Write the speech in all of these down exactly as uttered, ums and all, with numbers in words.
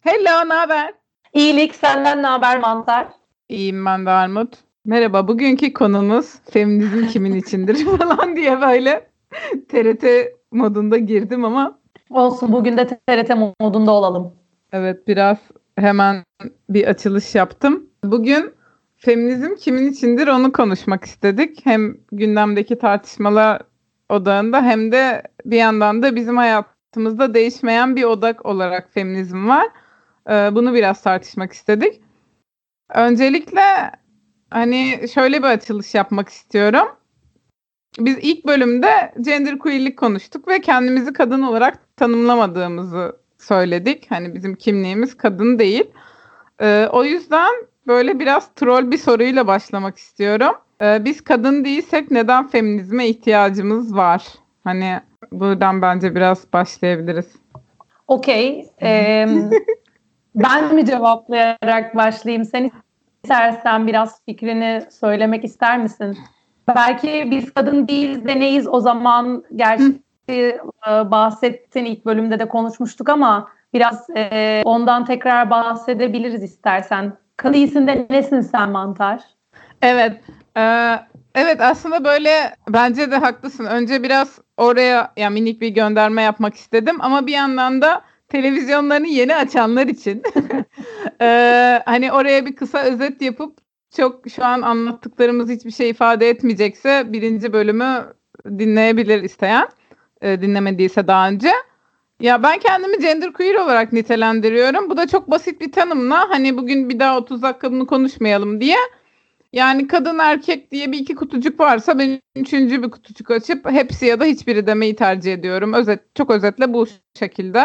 Hello, ne haber? İyilik, senden ne haber Mantar? İyiyim ben de Armut. Merhaba, bugünkü konumuz feminizm kimin içindir falan diye böyle T R T modunda girdim ama Olsun, bugün de T R T modunda olalım. evet biraz hemen bir açılış yaptım. Bugün feminizm kimin içindir onu konuşmak istedik. Hem gündemdeki tartışmalar odağında hem de bir yandan da bizim hayatımızda değişmeyen bir odak olarak feminizm var. Ee, Bunu biraz tartışmak istedik. Öncelikle hani şöyle bir açılış yapmak istiyorum. Biz ilk bölümde genderqueer'lik konuştuk ve kendimizi kadın olarak tanımlamadığımızı söyledik. Hani bizim kimliğimiz kadın değil. Ee, o yüzden böyle biraz troll bir soruyla başlamak istiyorum. Ee, biz kadın değilsek neden feminizme ihtiyacımız var? Hani buradan bence biraz başlayabiliriz. Okey. Ee, ben mi cevaplayarak başlayayım? Sen istersen biraz fikrini söylemek ister misin? Belki biz kadın değiliz de neyiz o zaman? Gerçi e, bahsettin, ilk bölümde de konuşmuştuk ama biraz e, ondan tekrar bahsedebiliriz istersen. Kadın değilsin de nesin sen Mantar? Evet. Ee, evet aslında böyle bence de haklısın. Önce biraz oraya ya minik bir gönderme yapmak istedim ama bir yandan da televizyonlarını yeni açanlar için ee, hani oraya bir kısa özet yapıp çok şu an anlattıklarımız hiçbir şey ifade etmeyecekse birinci bölümü dinleyebilir isteyen, e, dinlemediyse daha önce. Ya ben kendimi genderqueer olarak nitelendiriyorum. Bu da çok basit bir tanımla hani bugün bir daha otuz dakika bunu konuşmayalım diye. Yani kadın erkek diye bir iki kutucuk varsa ben üçüncü bir kutucuk açıp hepsi ya da hiçbiri demeyi tercih ediyorum. Özet, çok özetle bu şekilde.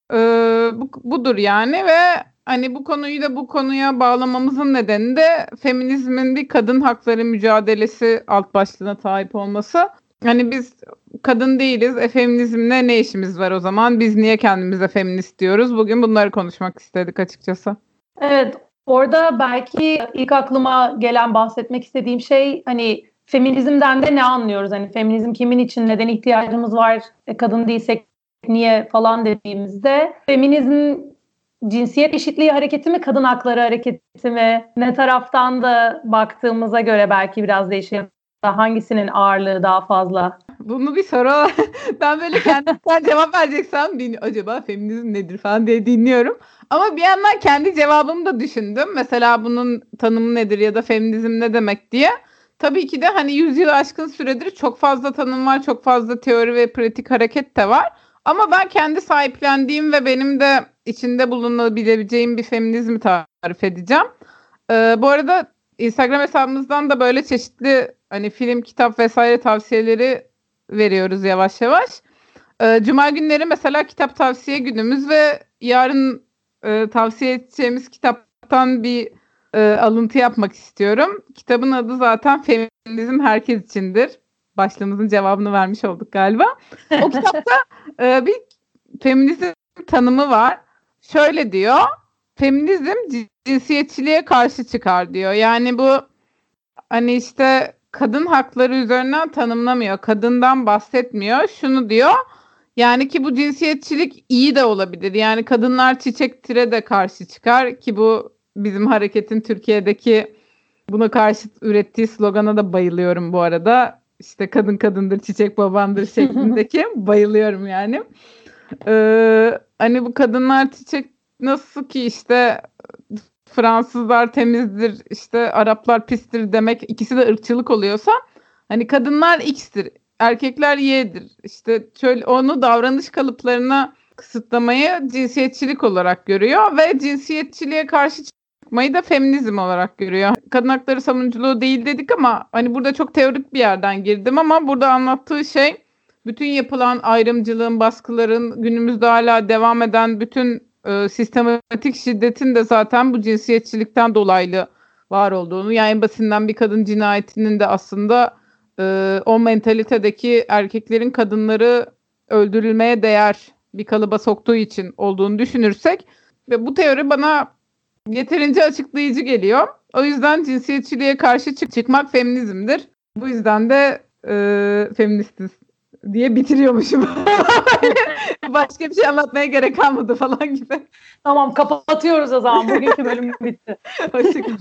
Ee, bu, budur yani ve hani bu konuyu da bu konuya bağlamamızın nedeni de feminizmin bir kadın hakları mücadelesi alt başlığına sahip olması. Hani biz kadın değiliz. E, feminizmle ne işimiz var o zaman? Biz niye kendimize feminist diyoruz? Bugün bunları konuşmak istedik açıkçası. Evet, orada belki ilk aklıma gelen bahsetmek istediğim şey hani feminizmden de ne anlıyoruz? Hani feminizm kimin için, neden ihtiyacımız var, e, kadın değilsek niye falan dediğimizde feminizm cinsiyet eşitliği hareketi mi, kadın hakları hareketi mi? Ne taraftan da baktığımıza göre belki biraz değişiyor. Hangisinin ağırlığı daha fazla? Bunu bir soru ben böyle kendimden cevap vereceksem din- acaba feminizm nedir falan diye dinliyorum. Ama bir yandan kendi cevabımı da düşündüm. Mesela bunun tanımı nedir ya da feminizm ne demek diye. Tabii ki de hani yüz yıl aşkın süredir çok fazla tanım var, çok fazla teori ve pratik hareket de var. Ama ben kendi sahiplendiğim ve benim de içinde bulunabileceğim bir feminizmi tarif edeceğim. Ee, bu arada Instagram hesabımızdan da böyle çeşitli hani film, kitap vesaire tavsiyeleri veriyoruz yavaş yavaş. Ee, Cuma günleri mesela kitap tavsiye günümüz ve yarın e, tavsiye edeceğimiz kitaptan bir e, alıntı yapmak istiyorum. Kitabın adı zaten Feminizm Herkes İçindir. Başlığımızın cevabını vermiş olduk galiba. O kitapta e, bir feminizm tanımı var. Şöyle diyor. Feminizm cinsiyetçiliğe karşı çıkar diyor. Yani bu hani işte kadın hakları üzerinden tanımlamıyor. Kadından bahsetmiyor. Şunu diyor. Yani ki bu cinsiyetçilik iyi de olabilir. Yani kadınlar çiçektire de karşı çıkar ki bu bizim hareketin Türkiye'deki buna karşı ürettiği slogana da bayılıyorum bu arada. İşte kadın kadındır, çiçek babandır şeklindeki bayılıyorum yani. Ee, hani bu kadınlar çiçek nasıl ki işte Fransızlar temizdir, işte Araplar pistir demek ikisi de ırkçılık oluyorsa hani kadınlar X'tir, erkekler Y'dir. İşte şöyle onu davranış kalıplarına kısıtlamayı cinsiyetçilik olarak görüyor ve cinsiyetçiliğe karşı çıkmayı da feminizm olarak görüyor. Kadın hakları savunuculuğu değil dedik ama hani burada çok teorik bir yerden girdim ama burada anlattığı şey bütün yapılan ayrımcılığın, baskıların, günümüzde hala devam eden bütün e, sistematik şiddetin de zaten bu cinsiyetçilikten dolaylı var olduğunu. Yani en basitinden bir kadın cinayetinin de aslında e, o mentalitedeki erkeklerin kadınları öldürülmeye değer bir kalıba soktuğu için olduğunu düşünürsek ve bu teori bana yeterince açıklayıcı geliyor. O yüzden cinsiyetçiliğe karşı çık çıkmak feminizmdir. Bu yüzden de e, feministiz. diye bitiriyormuşum. Başka bir şey anlatmaya gerek kalmadı falan gibi. Tamam, kapatıyoruz o zaman. Bugünkü bölüm bitti. Hoşçakalın.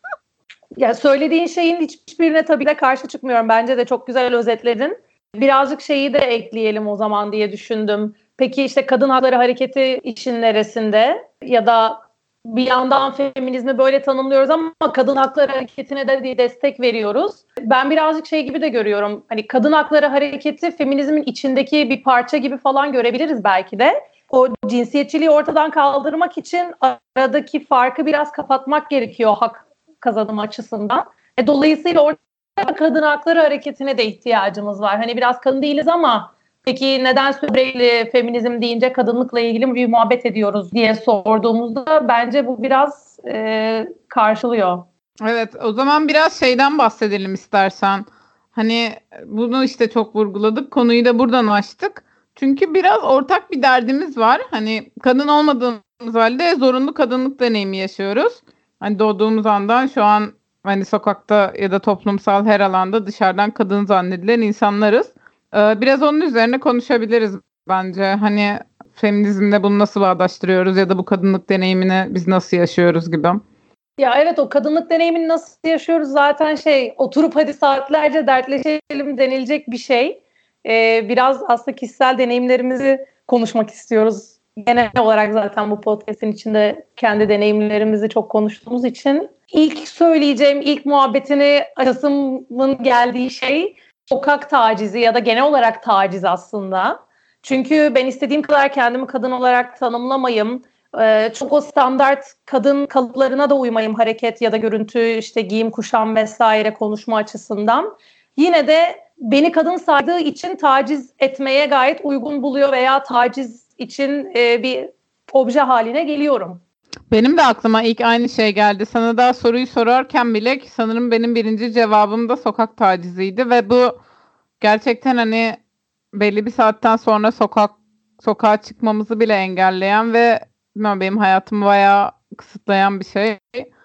Ya söylediğin şeyin hiçbirine tabii de karşı çıkmıyorum. Bence de çok güzel özetledin. Birazcık şeyi de ekleyelim o zaman diye düşündüm. Peki işte kadın hakları hareketi işin neresinde? Ya da bir yandan feminizmi böyle tanımlıyoruz ama kadın hakları hareketine de destek veriyoruz. Ben birazcık şey gibi de görüyorum. Hani kadın hakları hareketi feminizmin içindeki bir parça gibi falan görebiliriz belki de. O cinsiyetçiliği ortadan kaldırmak için aradaki farkı biraz kapatmak gerekiyor hak kazanım açısından. E, dolayısıyla orada kadın hakları hareketine de ihtiyacımız var. Hani biraz kadın değiliz ama peki neden sürekli feminizm deyince kadınlıkla ilgili bir muhabbet ediyoruz diye sorduğumuzda bence bu biraz e, karşılıyor. Evet, o zaman biraz şeyden bahsedelim istersen. Hani bunu işte çok vurguladık. Konuyu da buradan açtık. Çünkü biraz ortak bir derdimiz var. Hani kadın olmadığımız halde zorunlu kadınlık deneyimi yaşıyoruz. Hani doğduğumuz andan şu an hani sokakta ya da toplumsal her alanda dışarıdan kadın zannedilen insanlarız. Ee, biraz onun üzerine konuşabiliriz bence. Hani feminizmle bunu nasıl bağdaştırıyoruz ya da bu kadınlık deneyimini biz nasıl yaşıyoruz gibi. Ya evet, o kadınlık deneyimini nasıl yaşıyoruz zaten şey, oturup hadi saatlerce dertleşelim denilecek bir şey. Ee, biraz aslında kişisel deneyimlerimizi konuşmak istiyoruz. Genel olarak zaten bu podcast'in içinde kendi deneyimlerimizi çok konuştuğumuz için. İlk söyleyeceğim, ilk muhabbetini açasımın geldiği şey sokak tacizi ya da genel olarak taciz aslında. Çünkü ben istediğim kadar kendimi kadın olarak tanımlamayım. Ee, çok o standart kadın kalıplarına da uymayım, hareket ya da görüntü, işte giyim, kuşam vesaire konuşma açısından. Yine de beni kadın saydığı için taciz etmeye gayet uygun buluyor veya taciz için e, bir obje haline geliyorum. Benim de aklıma ilk aynı şey geldi. Sana daha soruyu sorarken bile sanırım benim birinci cevabım da sokak taciziydi ve bu gerçekten hani belli bir saatten sonra sokak sokağa çıkmamızı bile engelleyen ve bilmiyorum, benim hayatımı bayağı kısıtlayan bir şey.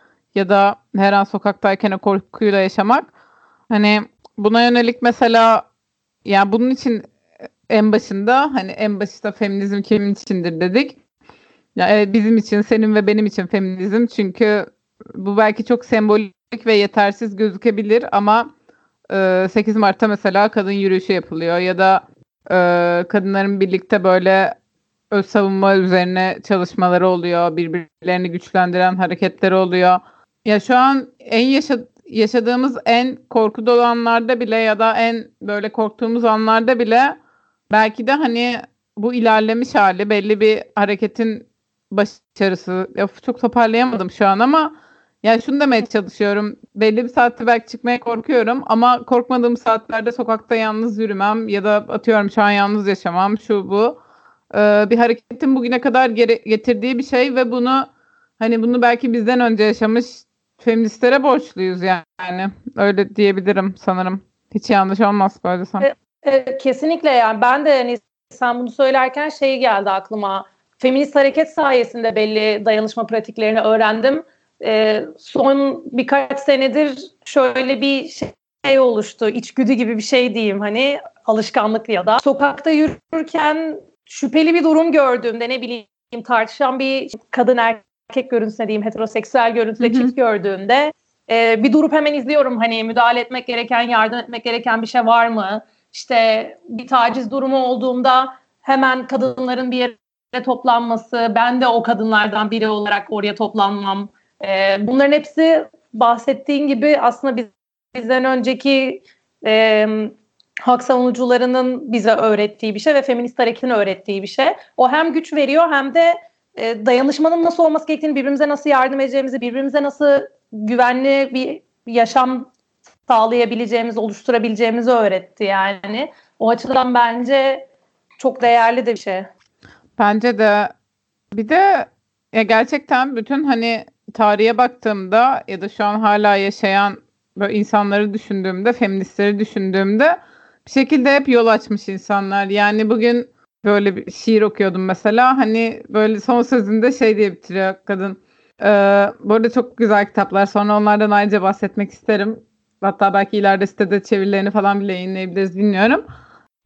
Ya da her an sokaktayken o korkuyla yaşamak. Hani buna yönelik mesela, yani bunun için en başında hani en başta feminizm kimin içindir dedik. Ya evet, bizim için, senin ve benim için feminizm, çünkü bu belki çok sembolik ve yetersiz gözükebilir ama e, sekiz Mart'ta mesela kadın yürüyüşü yapılıyor ya da e, kadınların birlikte böyle öz savunma üzerine çalışmaları oluyor, birbirlerini güçlendiren hareketleri oluyor. Ya şu an en yaşa yaşadığımız en korku dolu anlarda bile ya da en böyle korktuğumuz anlarda bile belki de hani bu ilerlemiş hali belli bir hareketin başarısı. Ya çok toparlayamadım şu an ama ya şunu demeye çalışıyorum. Belli bir saatte belki çıkmaya korkuyorum ama korkmadığım saatlerde sokakta yalnız yürümem ya da atıyorum şu an yalnız yaşamam, şu bu. Ee, bir hareketin bugüne kadar gere- getirdiği bir şey ve bunu hani bunu belki bizden önce yaşamış feministlere borçluyuz yani. Öyle diyebilirim sanırım. Hiç yanlış olmaz böyle desem. E, e, kesinlikle, yani ben de hani sen bunu söylerken şey geldi aklıma. Feminist hareket sayesinde belli dayanışma pratiklerini öğrendim. E, son birkaç senedir şöyle bir şey oluştu. İçgüdü gibi bir şey diyeyim, hani alışkanlık ya da. Sokakta yürürken şüpheli bir durum gördüğümde, ne bileyim tartışan bir kadın erkek görüntüsüne diyeyim, heteroseksüel görüntüde çift gördüğümde e, bir durup hemen izliyorum. Hani müdahale etmek gereken, yardım etmek gereken bir şey var mı? İşte bir taciz durumu olduğunda hemen kadınların bir yere toplanması, ben de o kadınlardan biri olarak oraya toplanmam. Ee, bunların hepsi bahsettiğin gibi aslında biz, bizden önceki e, hak savunucularının bize öğrettiği bir şey ve feminist hareketin öğrettiği bir şey. O hem güç veriyor hem de e, dayanışmanın nasıl olması gerektiğini, birbirimize nasıl yardım edeceğimizi, birbirimize nasıl güvenli bir yaşam sağlayabileceğimizi, oluşturabileceğimizi öğretti yani. O açıdan bence çok değerli de bir şey. Bence de. Bir de ya gerçekten bütün hani tarihe baktığımda ya da şu an hala yaşayan böyle insanları düşündüğümde, feministleri düşündüğümde bir şekilde hep yol açmış insanlar. Yani bugün böyle bir şiir okuyordum mesela, hani böyle son sözünde şey diye bitiriyor kadın. Ee, bu arada çok güzel kitaplar, sonra onlardan ayrıca bahsetmek isterim. Hatta belki ileride sitede çevirilerini falan bile yayınlayabiliriz, bilmiyorum.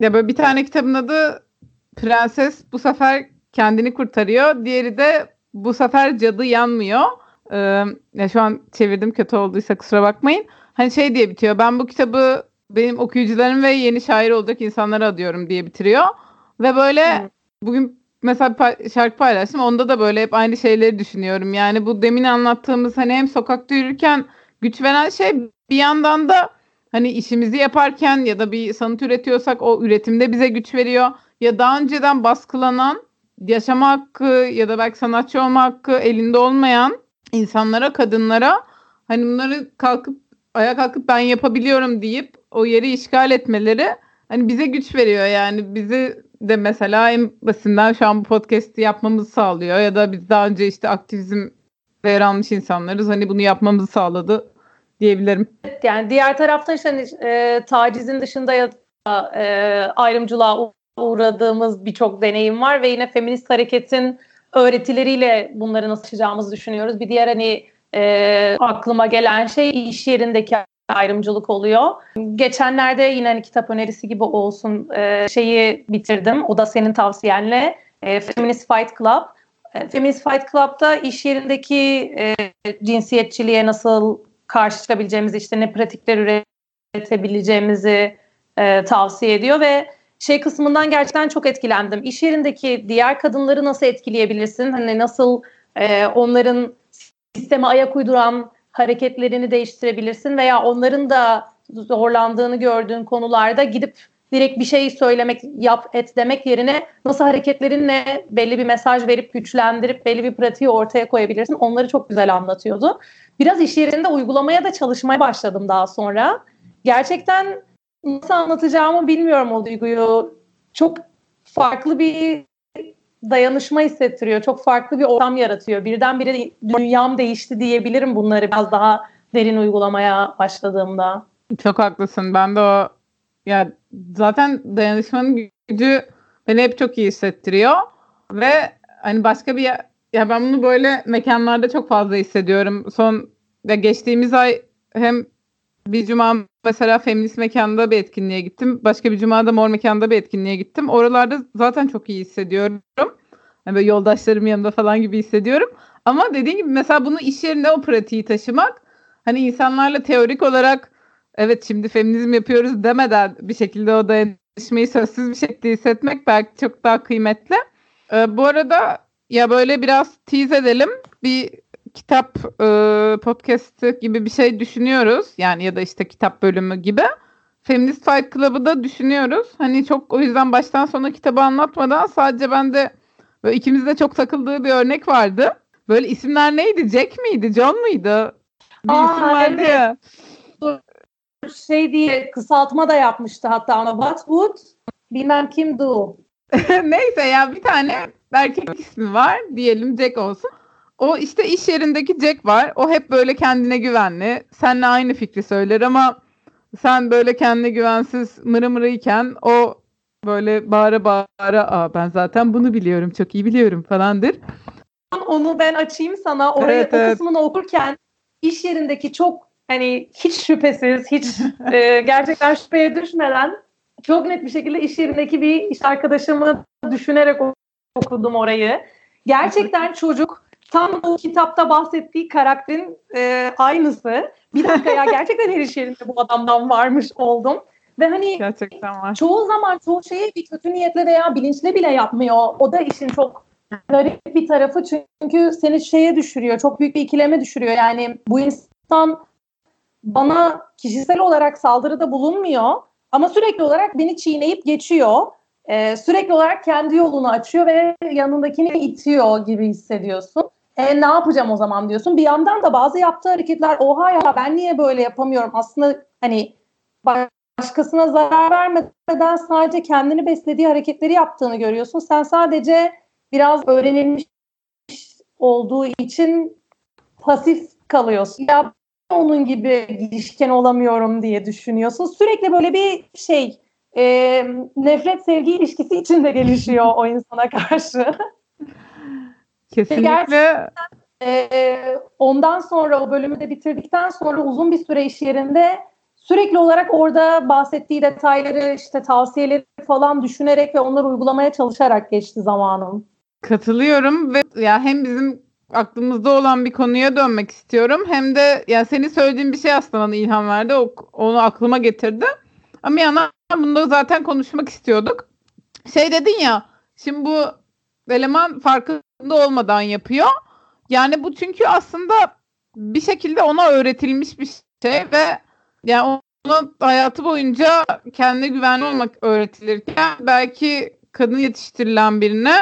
Ya böyle bir tane kitabın adı Prenses bu sefer kendini kurtarıyor. Diğeri de bu sefer cadı yanmıyor. Ee, ya şu an çevirdim, kötü olduysa kusura bakmayın. Hani şey diye bitiyor. Ben bu kitabı benim okuyucularım ve yeni şair olacak insanlara adıyorum diye bitiriyor. Ve böyle Hmm. bugün mesela pa- şarkı paylaştım. Onda da böyle hep aynı şeyleri düşünüyorum. Yani bu demin anlattığımız hani hem sokakta yürürken güç veren şey, bir yandan da hani işimizi yaparken ya da bir sanat üretiyorsak o üretimde bize güç veriyor. Ya daha önceden baskılanan yaşama hakkı ya da belki sanatçı olma hakkı elinde olmayan insanlara, kadınlara hani bunları kalkıp ayağa kalkıp ben yapabiliyorum deyip o yeri işgal etmeleri hani bize güç veriyor. Yani bizi de mesela en basitinden şu an bu podcast'i yapmamızı sağlıyor ya da biz daha önce işte aktivizm yer almış insanlarız, hani bunu yapmamızı sağladı diyebilirim. Yani diğer taraftan işte hani, e, tacizin dışında ya da e, ayrımcılığa uğradığımız birçok deneyim var ve yine feminist hareketin öğretileriyle bunları nasıl aşacağımızı düşünüyoruz. Bir diğer hani e, aklıma gelen şey iş yerindeki ayrımcılık oluyor. Geçenlerde yine hani kitap önerisi gibi olsun e, şeyi bitirdim. O da senin tavsiyenle. E, Feminist Fight Club. E, Feminist Fight Club'da iş yerindeki e, cinsiyetçiliğe nasıl karşı çıkabileceğimizi, işte ne pratikler üretebileceğimizi e, tavsiye ediyor ve şey kısmından gerçekten çok etkilendim. İş yerindeki diğer kadınları nasıl etkileyebilirsin? Hani nasıl e, onların sisteme ayak uyduran hareketlerini değiştirebilirsin veya onların da zorlandığını gördüğün konularda gidip direkt bir şey söylemek, yap et demek yerine nasıl hareketlerinle belli bir mesaj verip güçlendirip belli bir pratiği ortaya koyabilirsin. Onları çok güzel anlatıyordu. Biraz iş yerinde uygulamaya da çalışmaya başladım daha sonra. Gerçekten nasıl anlatacağımı bilmiyorum o duyguyu. Çok farklı bir dayanışma hissettiriyor. Çok farklı bir ortam yaratıyor. Birdenbire dünyam değişti diyebilirim bunları biraz daha derin uygulamaya başladığımda. Çok haklısın. Ben de o, ya zaten dayanışmanın gücü beni hep çok iyi hissettiriyor ve hani başka bir ya, ya ben bunu böyle mekanlarda çok fazla hissediyorum. Son ya geçtiğimiz ay hem bir cuma mesela feminist mekanda bir etkinliğe gittim. Başka bir cuma da mor mekanda bir etkinliğe gittim. Oralarda zaten çok iyi hissediyorum. Yani böyle yoldaşlarım yanında falan gibi hissediyorum. Ama dediğim gibi mesela bunu iş yerinde o pratiği taşımak, hani insanlarla teorik olarak evet şimdi feminizm yapıyoruz demeden bir şekilde o dayanışmayı sözsüz bir şekilde hissetmek belki çok daha kıymetli. Ee, bu arada ya böyle biraz tease edelim. Bir kitap e, podcast'ı gibi bir şey düşünüyoruz. Yani ya da işte kitap bölümü gibi. Feminist Fight Club'ı da düşünüyoruz. Hani çok o yüzden baştan sona kitabı anlatmadan sadece ben de böyle ikimiz de çok takıldığı bir örnek vardı. Böyle isimler neydi? Jack miydi? John muydu? Bir isim Aa vardı evet. ya. Şey diye kısaltma da yapmıştı hatta ama what would bilmem kim do. Neyse ya, bir tane erkek ismi var. Diyelim Jack olsun. O işte iş yerindeki Jack var. O hep böyle kendine güvenli. Seninle aynı fikri söyler ama sen böyle kendine güvensiz mırı mırıyken o böyle bağıra bağıra aa ben zaten bunu biliyorum, çok iyi biliyorum falandır. Onu ben açayım sana. Orayı Evet, o evet. kısmını okurken iş yerindeki çok hani hiç şüphesiz, hiç e, gerçekten şüpheye düşmeden çok net bir şekilde iş yerindeki bir iş arkadaşımı düşünerek okudum orayı. Gerçekten çocuk tam o kitapta bahsettiği karakterin e, aynısı. Bir dakika ya, gerçekten her iş yerinde bu adamdan varmış oldum. Ve hani Gerçekten var. çoğu zaman çoğu şeyi bir kötü niyetle veya bilinçli bile yapmıyor. O da işin çok garip bir tarafı, çünkü seni şeye düşürüyor. Çok büyük bir ikileme düşürüyor. Yani bu insan bana kişisel olarak saldırıda bulunmuyor ama sürekli olarak beni çiğneyip geçiyor. Ee, sürekli olarak kendi yolunu açıyor ve yanındakini itiyor gibi hissediyorsun. E, ne yapacağım o zaman diyorsun. Bir yandan da bazı yaptığı hareketler, oha ya ben niye böyle yapamıyorum? Aslında hani başkasına zarar vermeden sadece kendini beslediği hareketleri yaptığını görüyorsun. Sen sadece biraz öğrenilmiş olduğu için pasif kalıyorsun. Ya onun gibi girişken olamıyorum diye düşünüyorsun. Sürekli böyle bir şey e, nefret sevgi ilişkisi içinde gelişiyor o insana karşı. Kesinlikle. E, ondan sonra o bölümü de bitirdikten sonra uzun bir süre iş yerinde sürekli olarak orada bahsettiği detayları, işte tavsiyeleri falan düşünerek ve onları uygulamaya çalışarak geçti zamanım. Katılıyorum ve ya hem bizim aklımızda olan bir konuya dönmek istiyorum hem de ya senin söylediğin bir şey aslında bana ilham verdi. O, onu aklıma getirdi. Ama bir yandan bunu da zaten konuşmak istiyorduk. Şey dedin ya, şimdi bu eleman farkında olmadan yapıyor. Yani bu çünkü aslında bir şekilde ona öğretilmiş bir şey ve yani ona hayatı boyunca kendine güvenli olmak öğretilirken belki kadın yetiştirilen birine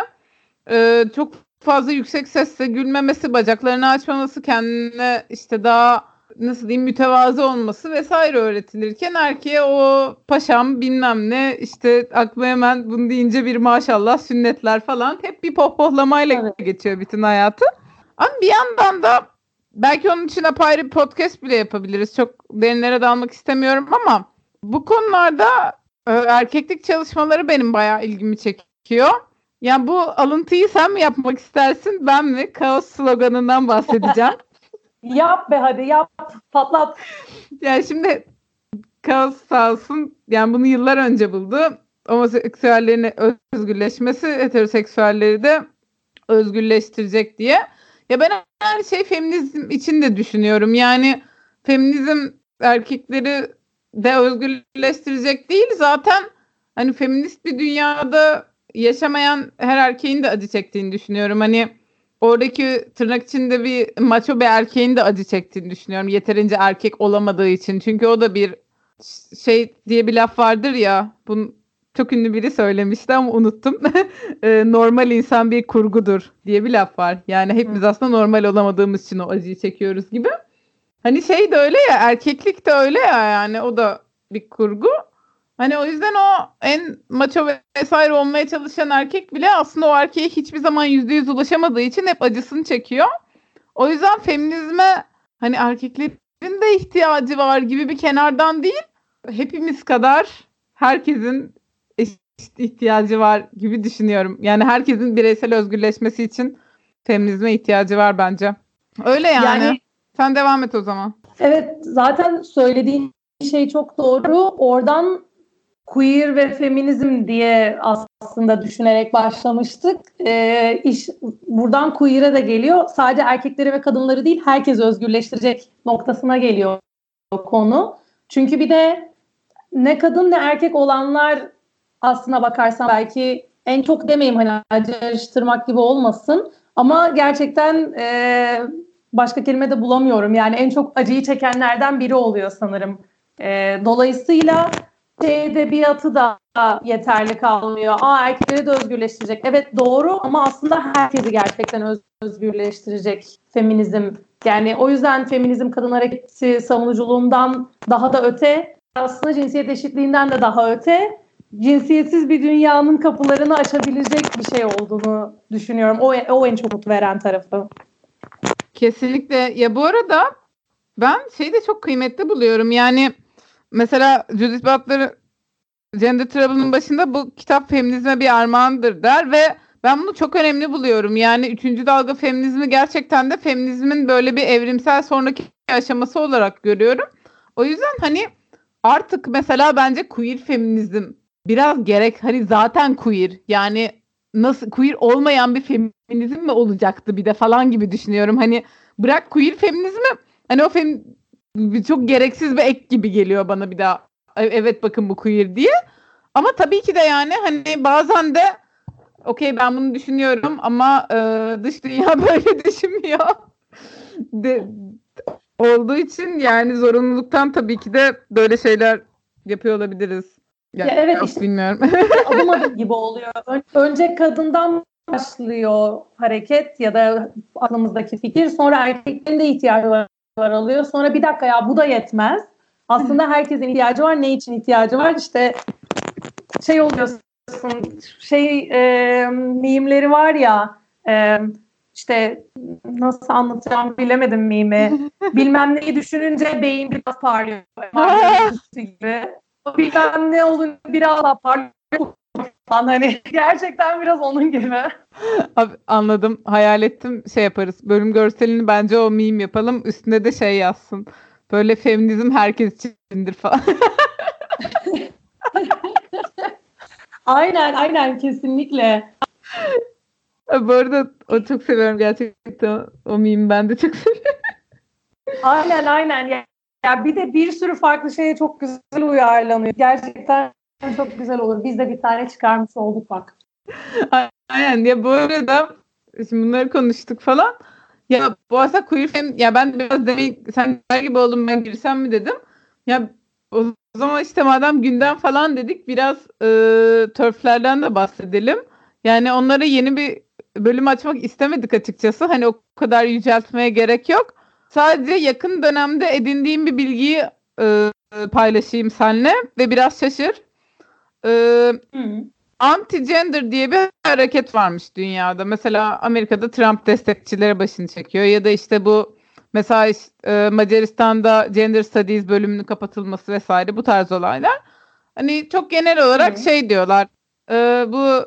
e, çok fazla yüksek sesle gülmemesi, bacaklarını açmaması, kendine işte daha nasıl diyeyim mütevazı olması vesaire öğretilirken erkeğe o paşam bilmem ne işte aklıma hemen bunu deyince bir maşallah sünnetler falan hep bir pohpohlamayla Evet. geçiyor bütün hayatı. Ama bir yandan da belki onun için apayrı bir podcast bile yapabiliriz. Çok derinlere dalmak istemiyorum ama bu konularda e, erkeklik çalışmaları benim bayağı ilgimi çekiyor. Yani bu alıntıyı sen mi yapmak istersin, ben mi? Kaos sloganından bahsedeceğim. Yap be hadi yap, patlat. Yani şimdi Kaos sağ olsun yani bunu yıllar önce buldu. Homoseksüellerin özgürleşmesi, heteroseksüelleri de özgürleştirecek diye. Ya ben her şey feminizm için de düşünüyorum. Yani feminizm erkekleri de özgürleştirecek değil. Zaten hani feminist bir dünyada yaşamayan her erkeğin de acı çektiğini düşünüyorum. Hani oradaki tırnak içinde bir maço bir erkeğin de acı çektiğini düşünüyorum. Yeterince erkek olamadığı için. Çünkü o da bir şey diye bir laf vardır ya. Bunu çok ünlü biri söylemişti ama unuttum. Normal insan bir kurgudur diye bir laf var. Yani hepimiz aslında normal olamadığımız için o acıyı çekiyoruz gibi. Hani şey de öyle ya, erkeklik de öyle ya, yani o da bir kurgu. Hani o yüzden o en maço vesaire olmaya çalışan erkek bile aslında o erkeğe hiçbir zaman yüzde yüz ulaşamadığı için hep acısını çekiyor. O yüzden feminizme hani erkeklerin de ihtiyacı var gibi bir kenardan değil, hepimiz kadar herkesin eşit ihtiyacı var gibi düşünüyorum. Yani herkesin bireysel özgürleşmesi için feminizme ihtiyacı var bence. Öyle yani. yani Sen devam et o zaman. Evet, zaten söylediğin şey çok doğru. Oradan queer ve feminizm diye aslında düşünerek başlamıştık. Ee, iş buradan queer'e de geliyor. Sadece erkekleri ve kadınları değil, herkesi özgürleştirecek noktasına geliyor konu. Çünkü bir de ne kadın ne erkek olanlar aslına bakarsan belki en çok demeyeyim hani ayrıştırmak gibi olmasın ama gerçekten e, başka kelime de bulamıyorum. Yani en çok acıyı çekenlerden biri oluyor sanırım. E, dolayısıyla şey edebiyatı da yeterli kalmıyor. Aa erkekleri de özgürleştirecek. Evet doğru ama aslında herkesi gerçekten öz- özgürleştirecek feminizm. Yani o yüzden feminizm kadın hareketi savunuculuğundan daha da öte, aslında cinsiyet eşitliğinden de daha öte, cinsiyetsiz bir dünyanın kapılarını açabilecek bir şey olduğunu düşünüyorum. O, o en çok mutlu veren tarafı. Kesinlikle. Ya bu arada ben şeyi de çok kıymetli buluyorum. Yani mesela Judith Butler Gender Trouble'ın başında bu kitap feminizme bir armağandır der ve ben bunu çok önemli buluyorum. Yani üçüncü dalga feminizmi gerçekten de feminizmin böyle bir evrimsel sonraki aşaması olarak görüyorum. O yüzden hani artık mesela bence queer feminizm biraz gerek. Hani zaten queer. Yani nasıl queer olmayan bir feminizm mi olacaktı bir de falan gibi düşünüyorum. Hani bırak queer feminizmi, hani o fem çok gereksiz bir ek gibi geliyor bana bir daha. Evet bakın bu queer diye. Ama tabii ki de yani hani bazen de okey ben bunu düşünüyorum ama e, dış dünya böyle düşünmüyor. De, olduğu için yani zorunluluktan tabii ki de böyle şeyler yapıyor olabiliriz. Yani, ya evet yok, işte bilmiyorum. adım adım gibi oluyor. Önce kadından başlıyor hareket ya da aklımızdaki fikir. Sonra erkeklerin de ihtiyacı var, var alıyor. Sonra bir dakika ya bu da yetmez. Aslında herkesin ihtiyacı var. Ne için ihtiyacı var? İşte şey oluyorsun şey e, mimleri var ya e, işte nasıl anlatacağım bilemedim mimi. Bilmem neyi düşününce beyin biraz parlıyor. gibi. Bilmem ne olunca biraz daha parlıyor. Hani gerçekten biraz onun gibi. Abi, anladım. Hayal ettim. Şey yaparız. Bölüm görselini bence o meme yapalım. Üstünde de şey yazsın. Böyle feminizm herkes içindir falan. Aynen aynen kesinlikle. Bu arada o çok seviyorum gerçekten. O meme ben de çok seviyorum. Aynen aynen. Ya, ya bir de bir sürü farklı şeye çok güzel uyarlanıyor. Gerçekten çok güzel olur. Biz de bir tane çıkarmış olduk bak. Aynen ya, bu arada şimdi bunları konuştuk falan. Ya bu aslında queer fem, ya ben biraz demek sen der gibi oldum, ben girsem mi dedim. Ya o zaman işte madem gündem falan dedik, biraz e, törflerden de bahsedelim. Yani onlara yeni bir bölüm açmak istemedik açıkçası. Hani o kadar yüceltmeye gerek yok. Sadece yakın dönemde edindiğim bir bilgiyi e, paylaşayım seninle ve biraz şaşır. E, Hı. Anti-gender diye bir hareket varmış dünyada. Mesela Amerika'da Trump destekçileri başını çekiyor. Ya da işte bu mesela işte, e, Macaristan'da Gender Studies bölümünün kapatılması vesaire, bu tarz olaylar. Hani çok genel olarak Hı. şey diyorlar. E, bu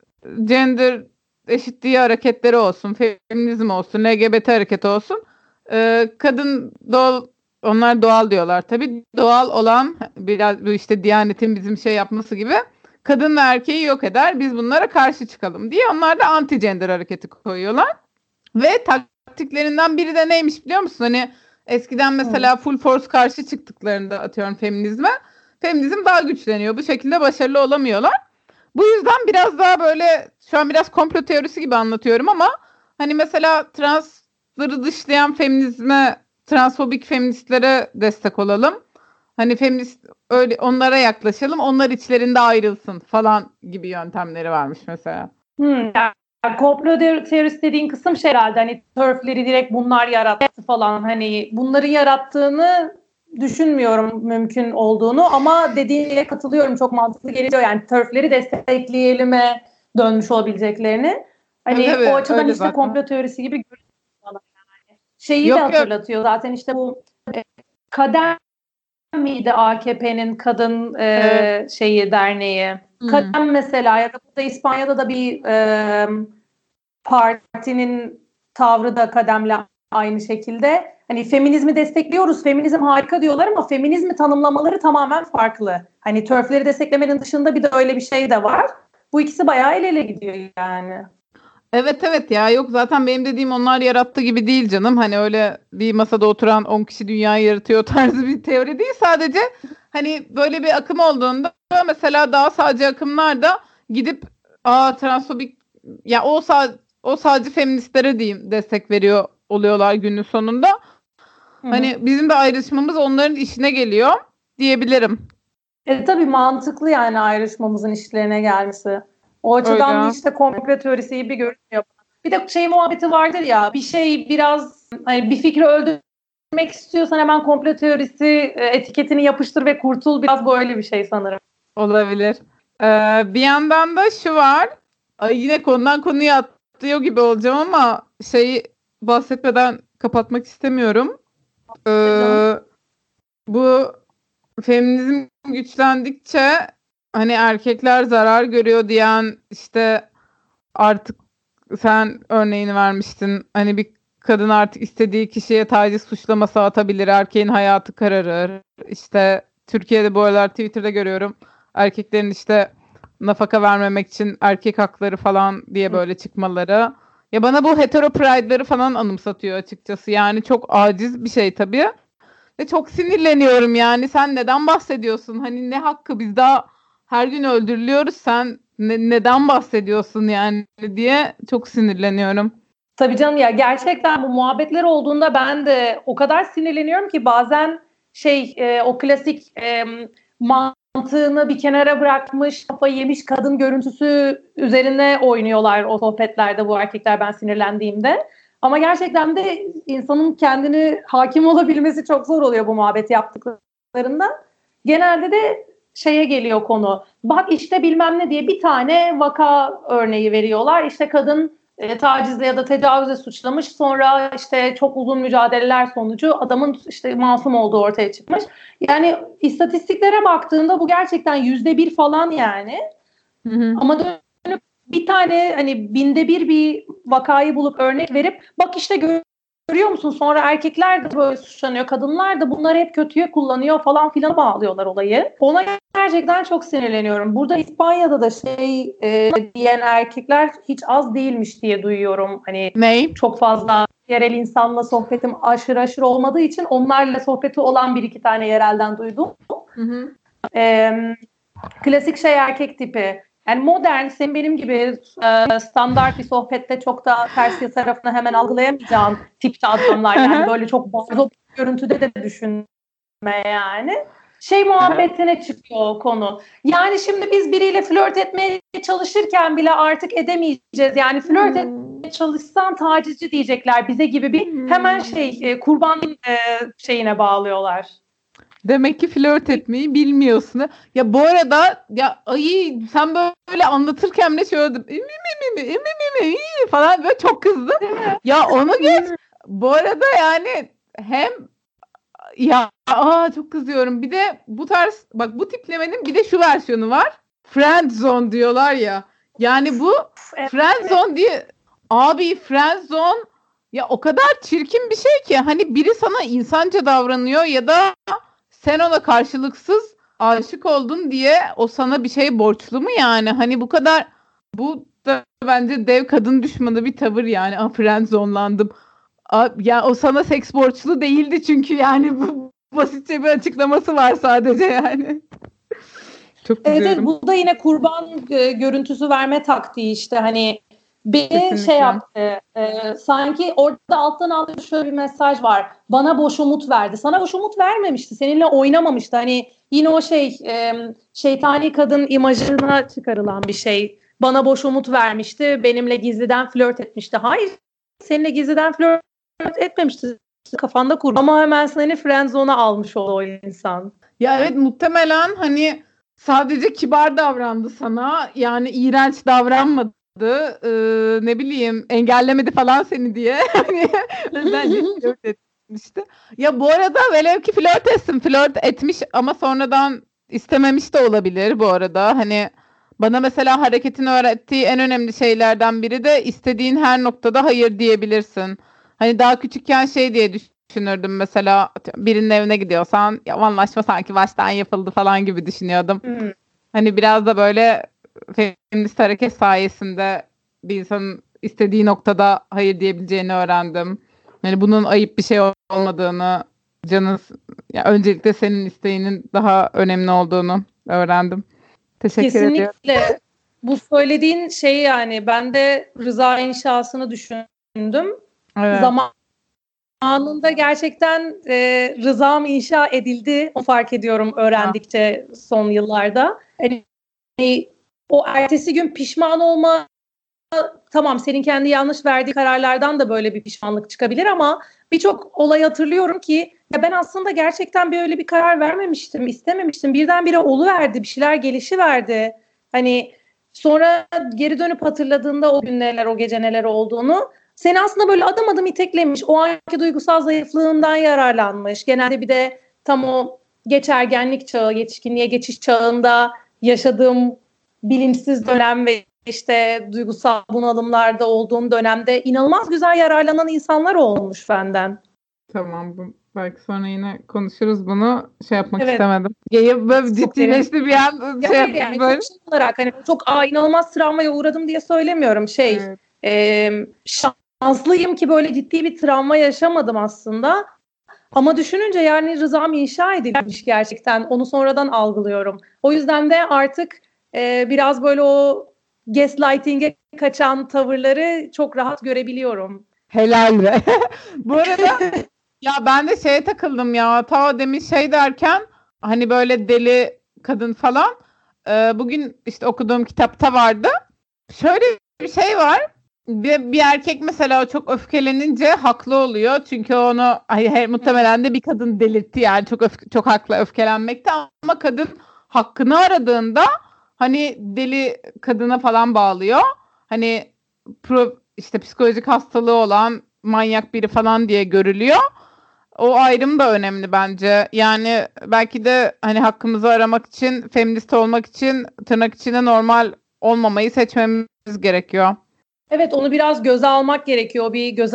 gender eşitliği hareketleri olsun, feminizm olsun, L G B T hareketi olsun. E, kadın doğal, onlar doğal diyorlar. Tabii doğal olan biraz bu işte Diyanet'in bizim şey yapması gibi, kadın ve erkeği yok eder. Biz bunlara karşı çıkalım diye onlar da anti-gender hareketi koyuyorlar. Ve taktiklerinden biri de neymiş biliyor musun? Hani eskiden mesela full force karşı çıktıklarında, atıyorum feminizme, feminizm daha güçleniyor. Bu şekilde başarılı olamıyorlar. Bu yüzden biraz daha böyle, şu an biraz komplo teorisi gibi anlatıyorum ama hani mesela transları dışlayan feminizme, transfobik feministlere destek olalım. Hani feminist öyle onlara yaklaşalım, onlar içlerinde ayrılsın falan gibi yöntemleri varmış mesela. Hmm, yani komplo teorisi dediğin kısım şey herhalde, hani TERF'leri direkt bunlar yarattı falan, hani bunların yarattığını düşünmüyorum mümkün olduğunu, ama dediğine katılıyorum, çok mantıklı geliyor yani TERF'leri destekleyelime dönmüş olabileceklerini, Tabii hani o tabii, açıdan öyle işte zaten. komplo teorisi gibi görünüyor bana. Şeyi de Yok yok. hatırlatıyor zaten, işte bu e, Kadem miydi A K P'nin kadın Evet. e, şeyi derneği. Hmm. Kadem mesela, ya da burada İspanya'da da bir e, partinin tavrı da Kadem'le aynı şekilde. Hani feminizmi destekliyoruz, feminizm harika diyorlar ama feminizmi tanımlamaları tamamen farklı. Hani TERF'leri desteklemenin dışında bir de öyle bir şey de var. Bu ikisi bayağı el ele gidiyor yani. Evet evet ya, yok zaten benim dediğim onlar yarattı gibi değil canım. Hani öyle bir masada oturan on kişi dünyayı yaratıyor tarzı bir teori değil. Sadece hani böyle bir akım olduğunda, mesela daha sağcı akımlar da gidip aa transfobik, ya o sağ, o sağcı feministlere diyeyim destek veriyor oluyorlar günün sonunda. Hı hı. Hani bizim de ayrışmamız onların işine geliyor diyebilirim. E, tabii mantıklı yani ayrışmamızın işlerine gelmesi. O açıdan Öyle. işte komplo teorisi gibi görünüyor. Bir de şey muhabbeti vardır ya, bir şey biraz, hani bir fikri öldürmek istiyorsan hemen komplo teorisi e, etiketini yapıştır ve kurtul, biraz böyle bir şey sanırım. Olabilir. Ee, bir yandan da şu var. Ay, yine konudan konuya atlıyor gibi olacağım ama şeyi bahsetmeden kapatmak istemiyorum. Canım. Ee, bu feminizm güçlendikçe hani erkekler zarar görüyor diyen, işte artık sen örneğini vermiştin. Hani bir kadın artık istediği kişiye taciz suçlaması atabilir. Erkeğin hayatı kararır. İşte Türkiye'de bu aralar Twitter'da görüyorum. Erkeklerin işte nafaka vermemek için erkek hakları falan diye böyle çıkmaları. Ya bana bu hetero pride'ları falan anımsatıyor açıkçası. Yani çok aciz bir şey tabii. Ve çok sinirleniyorum yani. Sen neden bahsediyorsun? Hani ne hakkı, biz daha her gün öldürülüyoruz. Sen ne- neden bahsediyorsun yani diye çok sinirleniyorum. Tabii canım, ya gerçekten bu muhabbetler olduğunda ben de o kadar sinirleniyorum ki bazen şey e, o klasik e, mantığını bir kenara bırakmış, kafayı yemiş kadın görüntüsü üzerine oynuyorlar o sohbetlerde bu erkekler, ben sinirlendiğimde. Ama gerçekten de insanın kendini hakim olabilmesi çok zor oluyor bu muhabbeti yaptıklarında. Genelde de şeye geliyor konu. Bak işte bilmem ne diye bir tane vaka örneği veriyorlar. İşte kadın e, tacizle ya da tecavüzle suçlamış. Sonra işte çok uzun mücadeleler sonucu adamın işte masum olduğu ortaya çıkmış. Yani istatistiklere baktığında bu gerçekten yüzde bir falan yani. Hı hı. Ama dönüp bir tane hani binde bir bir vakayı bulup örnek verip bak işte görüyor musun? Sonra erkekler de böyle suçlanıyor. Kadınlar da bunları hep kötüye kullanıyor falan filan bağlıyorlar olayı. Ona gerçekten çok sinirleniyorum. Burada İspanya'da da şey e, diyen erkekler hiç az değilmiş diye duyuyorum. Hani Ney? çok fazla yerel insanla sohbetim aşırı aşırı olmadığı için onlarla sohbeti olan bir iki tane yerelden duydum. Hı hı. E, klasik şey erkek tipi. Yani modern, senin benim gibi e, standart bir sohbette çok da tersi tarafını hemen algılayamayacağın tipte adamlar. Yani böyle çok barzo bir görüntüde de düşünme yani. Şey muhabbetine çıkıyor konu. Yani şimdi biz biriyle flört etmeye çalışırken bile artık edemeyeceğiz. Yani flört Hmm. etmeye çalışsan tacizci diyecekler bize gibi bir hemen şey e, kurban e, şeyine bağlıyorlar. Demek ki flört etmeyi bilmiyorsun. Ya bu arada ya ay sen böyle anlatırken bile şöyle mi mi mi mi mi mi falan böyle çok kızdım. Ya onu geç. Bu arada yani hem ya aa çok kızıyorum. Bir de bu tarz bak bu tiplemenin bir de şu versiyonu var. Friend zone diyorlar ya. Yani bu Evet. friend zone diye abi friend zone ya o kadar çirkin bir şey ki hani biri sana insanca davranıyor ya da sen ona karşılıksız aşık oldun diye o sana bir şey borçlu mu yani? Hani bu kadar bu da bence dev kadın düşmanı bir tavır yani. Ah friendzone'landım. Ah, ya o sana seks borçlu değildi çünkü yani bu basitçe bir açıklaması var sadece yani. Çok Evet, evet, üzüyorum. bu da yine kurban e, görüntüsü verme taktiği işte hani beni Kesinlikle. şey yaptı e, sanki orada alttan alta şöyle bir mesaj var, bana boş umut verdi, sana boş umut vermemişti, seninle oynamamıştı, hani yine o şey e, şeytani kadın imajına çıkarılan bir şey, bana boş umut vermişti, benimle gizliden flört etmişti. Hayır, seninle gizliden flört etmemişti, kafanda kur ama hemen seni friendzone'a almış o insan. Ya evet muhtemelen hani sadece kibar davrandı sana. Yani iğrenç davranmadı. Ee, ne bileyim engellemedi falan seni diye. Hani özellikle flört etmişti. Ya bu arada velev ki flört etsin. Flört etmiş ama sonradan istememiş de olabilir bu arada. Hani bana mesela hareketin öğrettiği en önemli şeylerden biri de istediğin her noktada hayır diyebilirsin. Hani daha küçükken şey diye düşünürdüm mesela birinin evine gidiyorsan ya anlaşma sanki baştan yapıldı falan gibi düşünüyordum. Hmm. Hani biraz da böyle feminist hareket sayesinde bir insanın istediği noktada hayır diyebileceğini öğrendim. Yani bunun ayıp bir şey olmadığını, canın ya öncelikle senin isteğinin daha önemli olduğunu öğrendim. Teşekkür ediyorum. Kesinlikle. Bu söylediğin şey, yani ben de rıza inşasını düşündüm. Evet. Zamanında gerçekten e, rızam inşa edildi. O fark ediyorum öğrendikçe son yıllarda. Yani, o ertesi gün pişman olma, tamam senin kendi yanlış verdiği kararlardan da böyle bir pişmanlık çıkabilir ama birçok olay hatırlıyorum ki ya ben aslında gerçekten böyle bir karar vermemiştim, istememiştim. Birdenbire oluverdi, bir şeyler gelişiverdi. Hani sonra geri dönüp hatırladığında o gün neler, o gece neler olduğunu, seni aslında böyle adım adım iteklemiş, o anki duygusal zayıflığından yararlanmış. Genelde bir de tam o geç ergenlik çağı, yetişkinliğe geçiş çağında yaşadığım bilinçsiz dönem ve işte duygusal bunalımlarda olduğum dönemde inanılmaz güzel yararlanan insanlar olmuş benden. Tamam, bu belki sonra yine konuşuruz bunu. Şey yapmak Evet. istemedim. Ya böyle ciddileşti bir an şey Hayır, yaptık yani böyle. çok şey olarak hani çok aa, inanılmaz travmaya uğradım diye söylemiyorum. Şey Evet. e, şanslıyım ki böyle ciddi bir travma yaşamadım aslında. Ama düşününce yani rızam inşa edilmiş gerçekten. Onu sonradan algılıyorum. O yüzden de artık e, biraz böyle o gaslighting'e kaçan tavırları çok rahat görebiliyorum. Helal be. Bu arada ya ben de şeye takıldım ya. Ta demin şey derken hani böyle deli kadın falan. Ee, bugün işte okuduğum kitapta vardı. Şöyle bir şey var. Bir, bir erkek mesela çok öfkelenince haklı oluyor. Çünkü onu ay, he, muhtemelen de bir kadın delirtti yani çok öf- çok haklı öfkelenmekte ama kadın hakkını aradığında hani deli kadına falan bağlıyor. Hani pro, işte psikolojik hastalığı olan manyak biri falan diye görülüyor. O ayrım da önemli bence. Yani belki de hani hakkımızı aramak için, feminist olmak için tırnak içinde normal olmamayı seçmemiz gerekiyor. Evet, onu biraz göze almak gerekiyor. Bir göze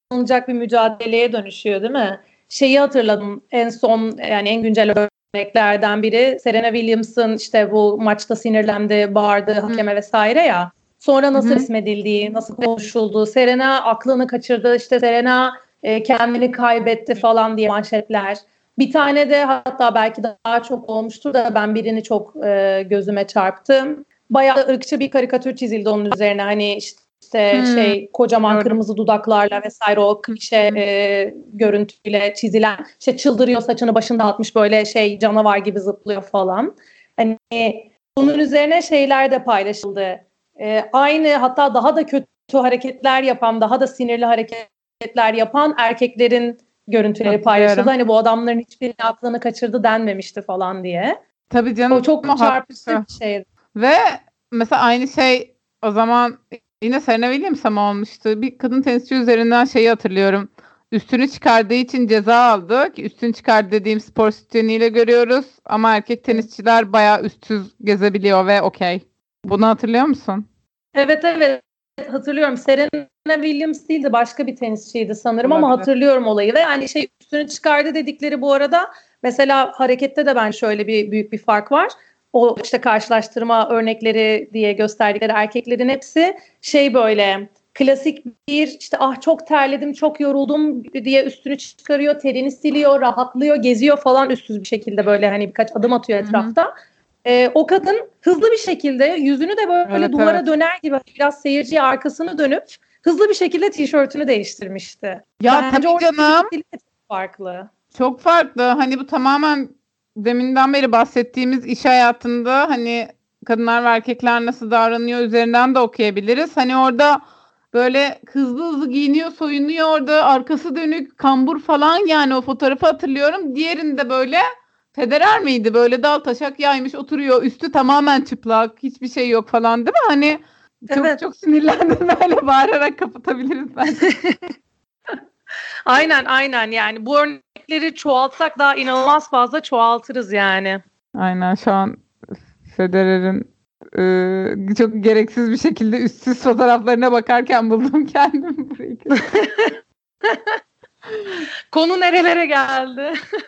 kazanılacak bir mücadeleye dönüşüyor değil mi? Şeyi hatırladım en son, yani en güncel örneklerden biri Serena Williams'ın işte bu maçta sinirlendi, bağırdı hakeme Hı. vesaire ya. Sonra nasıl Hı. resmedildiği, nasıl konuşulduğu, Serena aklını kaçırdı, işte Serena e, kendini kaybetti falan diye manşetler. Bir tane de hatta belki daha çok olmuştur da ben birini çok e, gözüme çarptım. Bayağı ırkçı bir karikatür çizildi onun üzerine. Hani işte hmm. şey kocaman Gördüm. kırmızı dudaklarla vesaire o klişe e, görüntüyle çizilen, işte çıldırıyor, saçını başını dağıtmış, böyle şey canavar gibi zıplıyor falan. Hani bunun üzerine şeyler de paylaşıldı. E, aynı hatta daha da kötü hareketler yapan, daha da sinirli hareketler yapan erkeklerin görüntüleri paylaşıldı. Hani bu adamların hiçbirinin aklını kaçırdı denmemişti falan diye. Tabii canım. O çok çarpıcı bir şey. Ve mesela aynı şey o zaman yine Serena Williams'a mı olmuştu? Bir kadın tenisçi üzerinden şeyi hatırlıyorum. Üstünü çıkardığı için ceza aldı. Ki üstünü çıkardı dediğim spor sütyeniyle görüyoruz. Ama erkek tenisçiler bayağı üstsüz gezebiliyor ve okey. Bunu hatırlıyor musun? Evet evet hatırlıyorum. Serena Williams değildi, başka bir tenisçiydi sanırım Olabilir. Ama hatırlıyorum olayı ve yani şey üstünü çıkardı dedikleri bu arada mesela harekette de ben şöyle bir büyük bir fark var. O işte karşılaştırma örnekleri diye gösterdikleri erkeklerin hepsi şey böyle klasik bir işte ah çok terledim, çok yoruldum diye üstünü çıkarıyor, terini siliyor, rahatlıyor, geziyor falan üstsüz bir şekilde böyle hani birkaç adım atıyor etrafta. Hı hı. Ee, o kadın hızlı bir şekilde yüzünü de böyle evet, duvara evet. döner gibi biraz seyirciye arkasını dönüp hızlı bir şekilde tişörtünü değiştirmişti. Ya Bence tabii canım. Çok farklı. Çok farklı. Hani bu tamamen deminden beri bahsettiğimiz iş hayatında hani kadınlar ve erkekler nasıl davranıyor üzerinden de okuyabiliriz. Hani orada böyle hızlı hızlı giyiniyor, soyunuyor orada arkası dönük kambur falan, yani o fotoğrafı hatırlıyorum. Diğerinde böyle Federer miydi? Böyle dal taşak yaymış oturuyor. Üstü tamamen çıplak. Hiçbir şey yok falan değil mi? Hani çok evet. çok sinirlendim. Böyle bağırarak kapatabiliriz bence. Aynen aynen yani bu örnekleri çoğaltsak daha inanılmaz fazla çoğaltırız yani. Aynen şu an Federer'in e, çok gereksiz bir şekilde üstsüz fotoğraflarına bakarken buldum kendimi burayı. Konu nerelere geldi?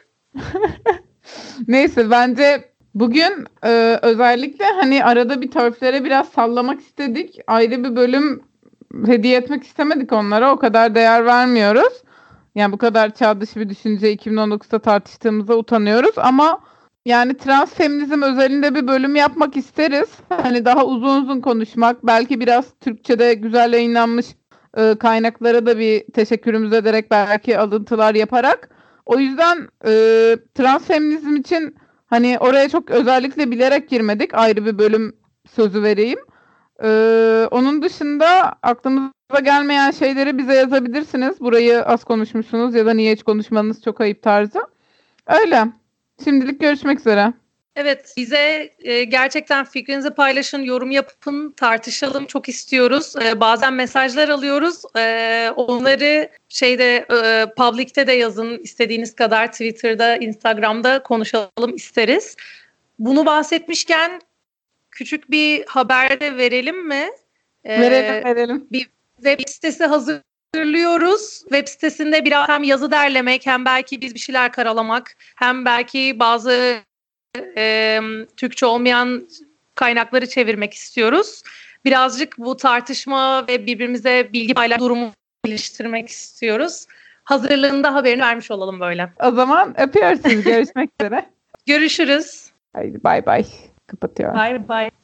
Neyse bence bugün e, özellikle hani arada bir törflere biraz sallamak istedik. Ayrı bir bölüm hediye etmek istemedik onlara. O kadar değer vermiyoruz. Yani bu kadar çağ dışı bir düşünce iki bin on dokuzda tartıştığımıza utanıyoruz ama yani trans feminizm özelinde bir bölüm yapmak isteriz. Hani daha uzun uzun konuşmak, belki biraz Türkçe'de güzel yayınlanmış e, kaynaklara da bir teşekkürümüz ederek, belki alıntılar yaparak. O yüzden e, trans feminizm için hani oraya çok özellikle bilerek girmedik. Ayrı bir bölüm sözü vereyim. Ee, onun dışında aklımıza gelmeyen şeyleri bize yazabilirsiniz. Burayı az konuşmuşsunuz ya da niye hiç konuşmanız çok ayıp tarzı. Öyle. Şimdilik görüşmek üzere. Evet, bize e, gerçekten fikrinizi paylaşın, yorum yapın, tartışalım, çok istiyoruz. E, bazen mesajlar alıyoruz. E, onları şeyde e, public'te de yazın, istediğiniz kadar Twitter'da, Instagram'da konuşalım isteriz. Bunu bahsetmişken küçük bir haber de verelim mi? Ee, verelim, verelim. Bir web sitesi hazırlıyoruz. Web sitesinde biraz hem yazı derlemek, hem belki biz bir şeyler karalamak, hem belki bazı e, Türkçe olmayan kaynakları çevirmek istiyoruz. Birazcık bu tartışma ve birbirimize bilgi paylaşma durumu geliştirmek istiyoruz. Hazırlığında haberini vermiş olalım böyle. O zaman öpüyoruz sizi. Görüşmek üzere. Görüşürüz. Haydi bay bay. Kapatıyorum. Bay bay.